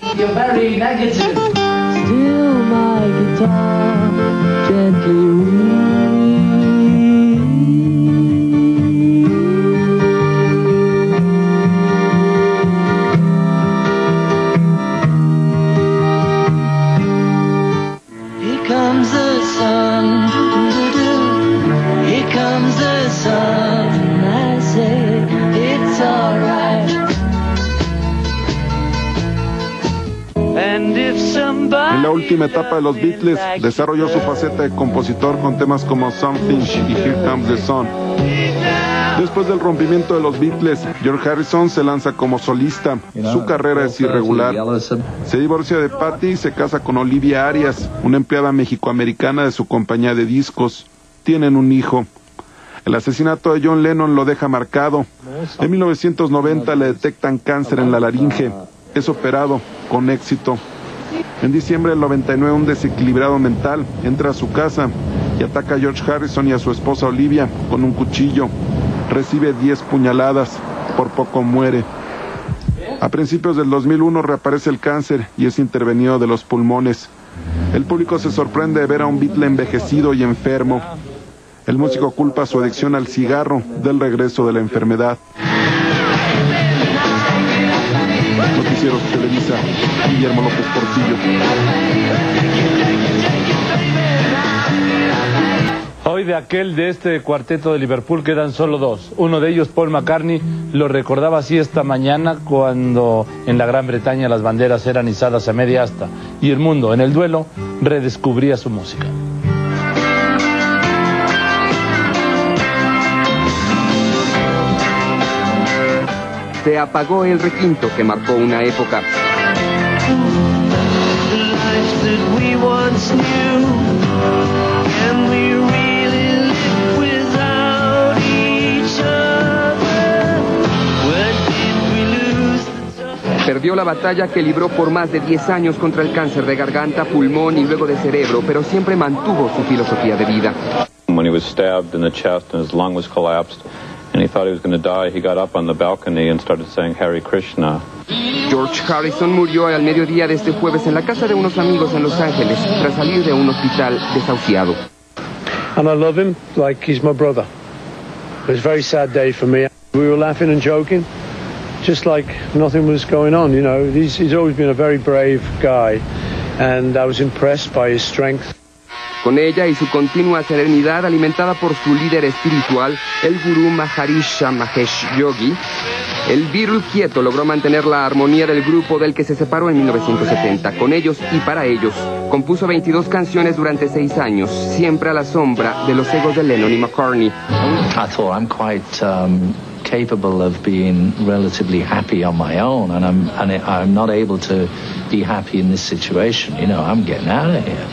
En la última etapa de los Beatles, desarrolló su faceta de compositor con temas como Something y Here Comes the Sun. Después del rompimiento de los Beatles, George Harrison se lanza como solista. Su carrera es irregular. Se divorcia de Pattie y se casa con Olivia Arias, una empleada mexicoamericana de su compañía de discos. Tienen un hijo. El asesinato de John Lennon lo deja marcado. En mil novecientos noventa le detectan cáncer en la laringe. Es operado, con éxito. En diciembre del noventa y nueve, un desequilibrado mental entra a su casa y ataca a George Harrison y a su esposa Olivia con un cuchillo. Recibe diez puñaladas, por poco muere. A principios del dos mil uno reaparece el cáncer y es intervenido de los pulmones. El público se sorprende de ver a un Beatle envejecido y enfermo. El músico culpa su adicción al cigarro del regreso de la enfermedad. Noticieros Televisa, Guillermo López Portillo. Hoy de aquel de este cuarteto de Liverpool quedan solo dos. Uno de ellos, Paul McCartney, lo recordaba así esta mañana cuando en la Gran Bretaña las banderas eran izadas a media asta y el mundo, en el duelo, redescubría su música. Se apagó el requinto que marcó una época. Perdió la batalla que libró por más de diez años contra el cáncer de garganta, pulmón y luego de cerebro, pero siempre mantuvo su filosofía de vida. When he was stabbed in the chest and his lung was collapsed and he thought he was going to die, he got up on the balcony and started saying Hare Krishna. George Harrison murió al mediodía de este jueves en la casa de unos amigos en Los Ángeles tras salir de un hospital desahuciado. And I love him like he's my brother. It was a very sad day for me. We were laughing and joking, just like nothing was going on, you know. He's, he's always been a very brave guy, and I was impressed by his strength. Con ella y su continua serenidad alimentada por su líder espiritual, el gurú Maharishi Mahesh Yogi, el Beatle quieto logró mantener la armonía del grupo del que se separó en mil novecientos setenta. Con ellos y para ellos, compuso veintidós canciones durante seis años, siempre a la sombra de los egos de Lennon y McCartney. I thought I'm quite um, capable of being relatively happy on my own, and I'm and I'm not able to be happy in this situation. You know, I'm getting out of here.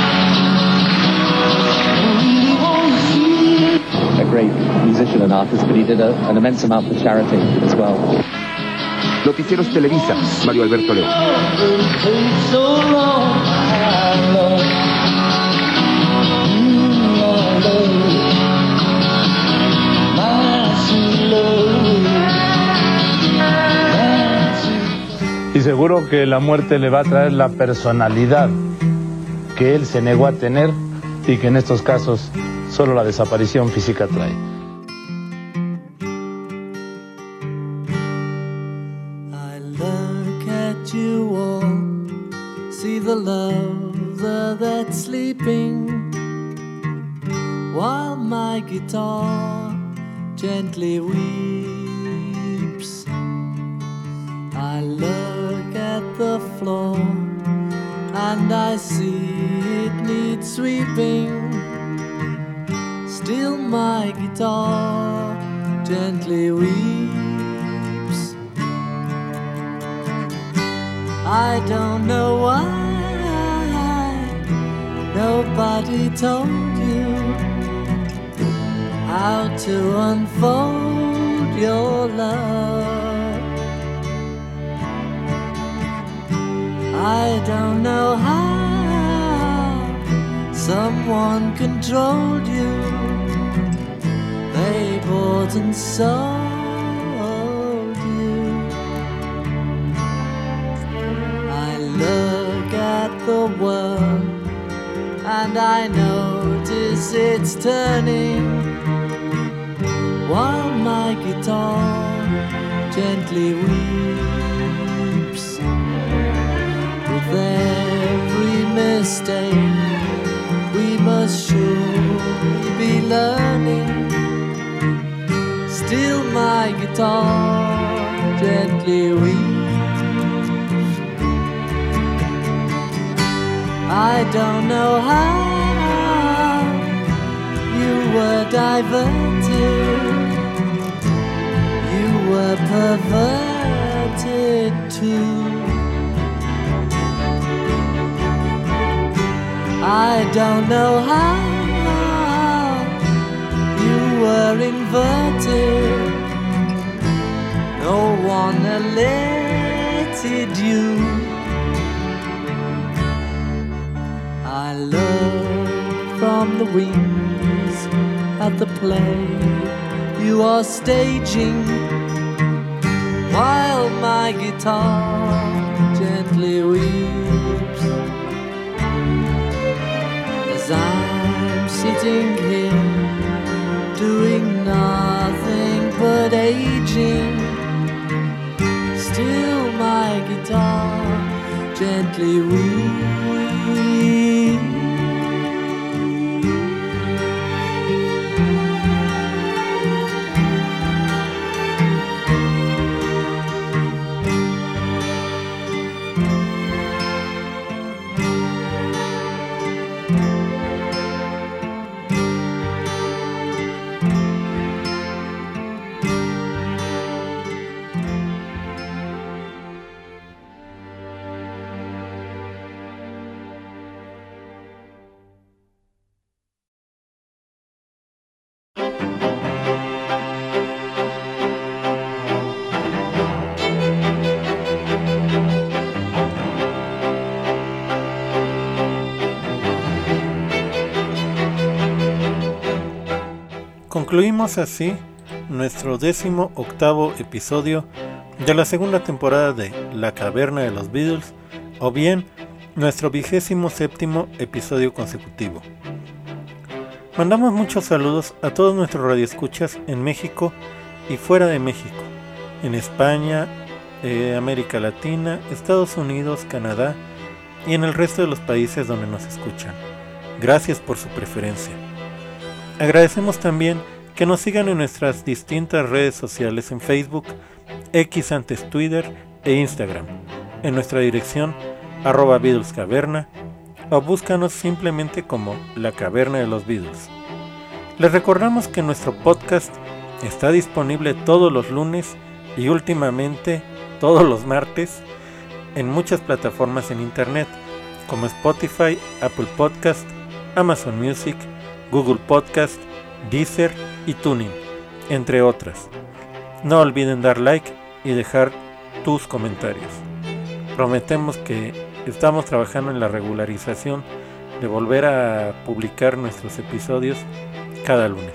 A great musician and artist, but he did a, an immense amount for charity as well. Noticieros Televisa, Mario Alberto León. Y seguro que la muerte le va a traer la personalidad que él se negó a tener y que en estos casos solo la desaparición física trae. I look at you all, see the lover that's sleeping, while my guitar gently weeps. I look at the floor and I see it needs sweeping. Still my guitar gently weeps. I don't know why nobody told you how to unfold your love. I don't know how someone controlled you. They bought and sold you. I look at the world and I notice it's turning, while my guitar gently weeps. With every mistake we must surely be learning. Still my guitar gently weeps. I don't know how you were diverted, you were perverted too. I don't know how you were inverted, no one alerted you. from the wings at the play you are staging, while my guitar gently weeps as I'm sitting here doing nothing but aging. Still my guitar gently weeps. Concluimos así nuestro décimo octavo episodio de la segunda temporada de La Caverna de los Beatles, o bien nuestro vigésimo séptimo episodio consecutivo. Mandamos muchos saludos a todos nuestros radioescuchas en México y fuera de México, en España, eh, América Latina, Estados Unidos, Canadá y en el resto de los países donde nos escuchan. Gracias por su preferencia. Agradecemos también que nos sigan en nuestras distintas redes sociales en Facebook, X antes Twitter e Instagram, en nuestra dirección arroba Beatles Caverna, o búscanos simplemente como La Caverna de los Beatles. Les recordamos que nuestro podcast está disponible todos los lunes y últimamente todos los martes en muchas plataformas en internet como Spotify, Apple Podcast, Amazon Music, Google Podcast, Deezer y Tuning, entre otras. No olviden dar like y dejar tus comentarios. Prometemos que estamos trabajando en la regularización de volver a publicar nuestros episodios cada lunes.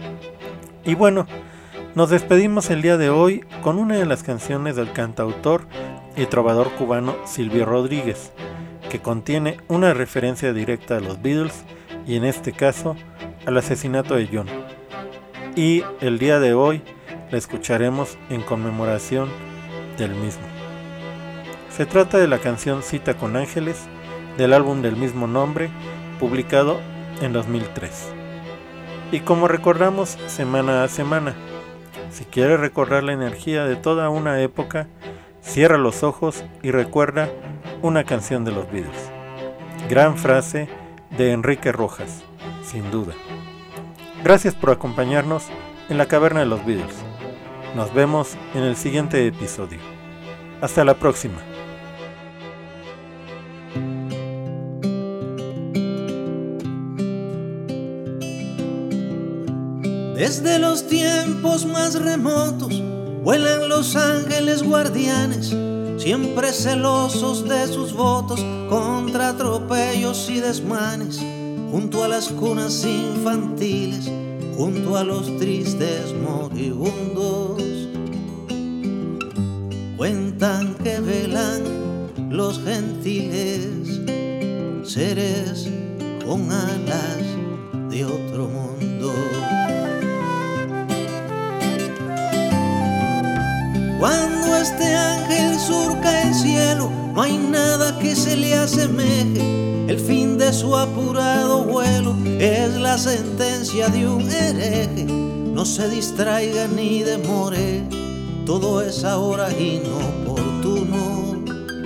Y bueno, nos despedimos el día de hoy con una de las canciones del cantautor y trovador cubano Silvio Rodríguez, que contiene una referencia directa a los Beatles y en este caso al asesinato de John. Y el día de hoy la escucharemos en conmemoración del mismo. Se trata de la canción Cita con Ángeles, del álbum del mismo nombre, publicado en dos mil tres. Y como recordamos semana a semana, si quieres recordar la energía de toda una época, cierra los ojos y recuerda una canción de los Beatles. Gran frase de Enrique Rojas, sin duda. Gracias por acompañarnos en la Caverna de los Beatles. Nos vemos en el siguiente episodio. Hasta la próxima. Desde los tiempos más remotos vuelan los ángeles guardianes, siempre celosos de sus votos contra atropellos y desmanes, junto a las cunas infantiles, junto a los tristes moribundos. Cuentan que velan los gentiles, seres con alas de otro mundo. Cuando este ángel surca el cielo, no hay nada que se le asemeje. El fin de su apurado vuelo es la sentencia de un hereje. No se distraiga ni demore, todo es ahora inoportuno.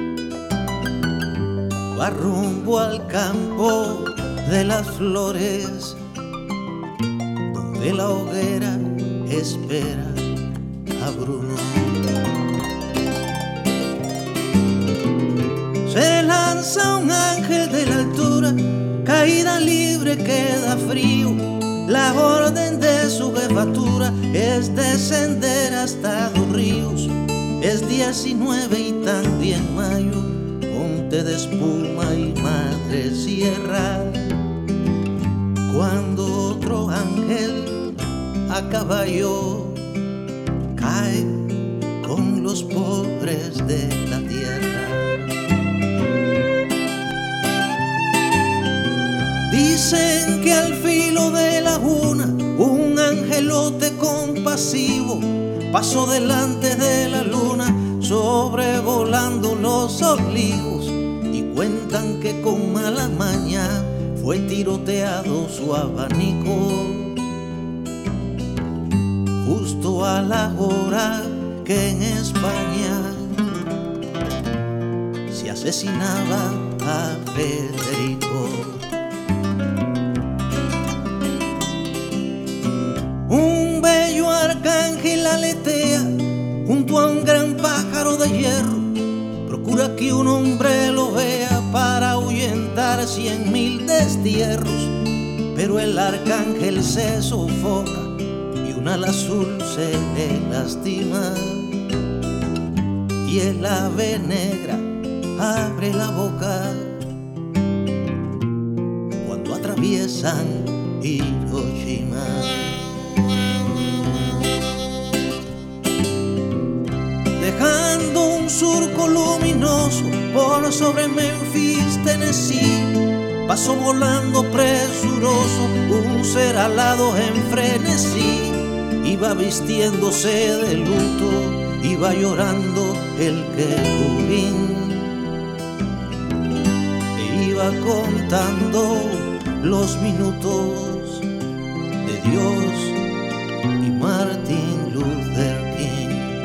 Va rumbo al campo de las flores, donde la hoguera espera a Bruno. Se lanza un ángel de la altura, caída libre queda frío. La orden de su jefatura es descender hasta dos ríos. Es diecinueve y también mayo, monte de espuma y madre sierra. Cuando otro ángel a caballo cae con los pobres de la tierra. Dicen que al filo de la luna un angelote compasivo pasó delante de la luna sobrevolando los olivos, y cuentan que con mala maña fue tiroteado su abanico justo a la hora que en España se asesinaba a Federico. Un bello arcángel aletea junto a un gran pájaro de hierro, procura que un hombre lo vea para ahuyentar cien mil destierros, pero el arcángel se sofoca y un ala azul se le lastima, y el ave negra abre la boca cuando atraviesan Hiroshima. Dejando un surco luminoso por sobre Memphis, Tennessee, pasó volando presuroso un ser alado en frenesí. Iba vistiéndose de luto, iba llorando el querubín, e iba contando los minutos de Dios y Martin Luther King.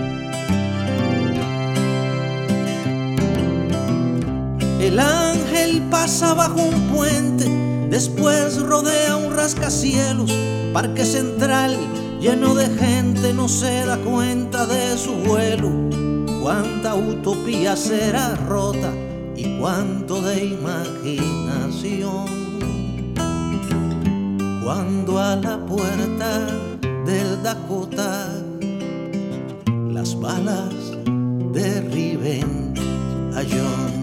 El ángel pasa bajo un puente, después rodea un rascacielos, parque central lleno de gente, no se da cuenta de su vuelo. Cuánta utopía será rota y cuánto de imaginación, cuando a la puerta del Dakota las balas derriben a John.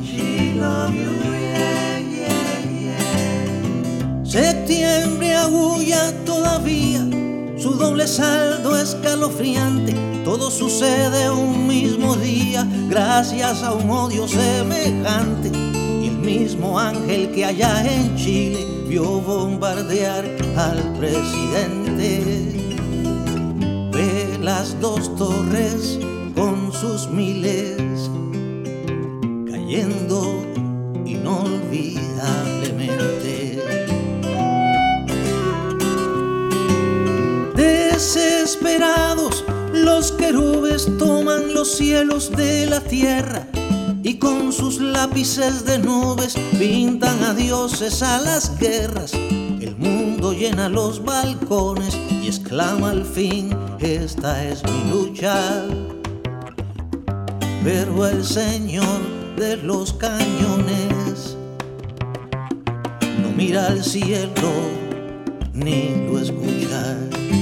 Septiembre agulla todavía, su doble saldo escalofriante. Todo sucede un mismo día, gracias a un odio semejante. Y el mismo ángel que allá en Chile vio bombardear al presidente ve las dos torres con sus miles cayendo inolvidablemente. Desesperados, los querubes toman los cielos de la tierra y con sus lápices de nubes pintan a dioses a las guerras. El mundo llena los balcones y exclama al fin: esta es mi lucha. Pero el Señor de los cañones no mira al cielo ni lo escucha.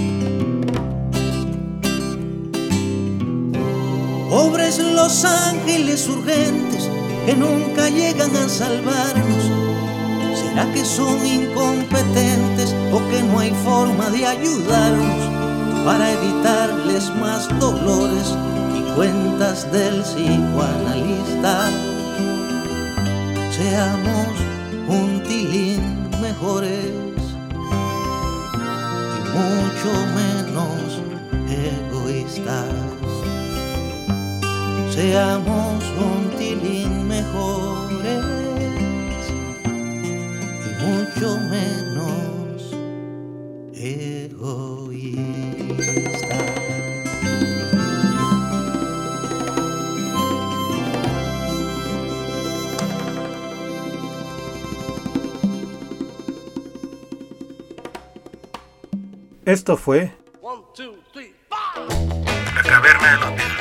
Pobres los ángeles urgentes que nunca llegan a salvarnos. ¿Será que son incompetentes o que no hay forma de ayudarnos para evitarles más dolores y cuentas del psicoanalista? Seamos un tilín mejores y mucho menos egoístas. Seamos un tilín mejores y mucho menos egoístas. Esto fue La Caverna de los Beatles.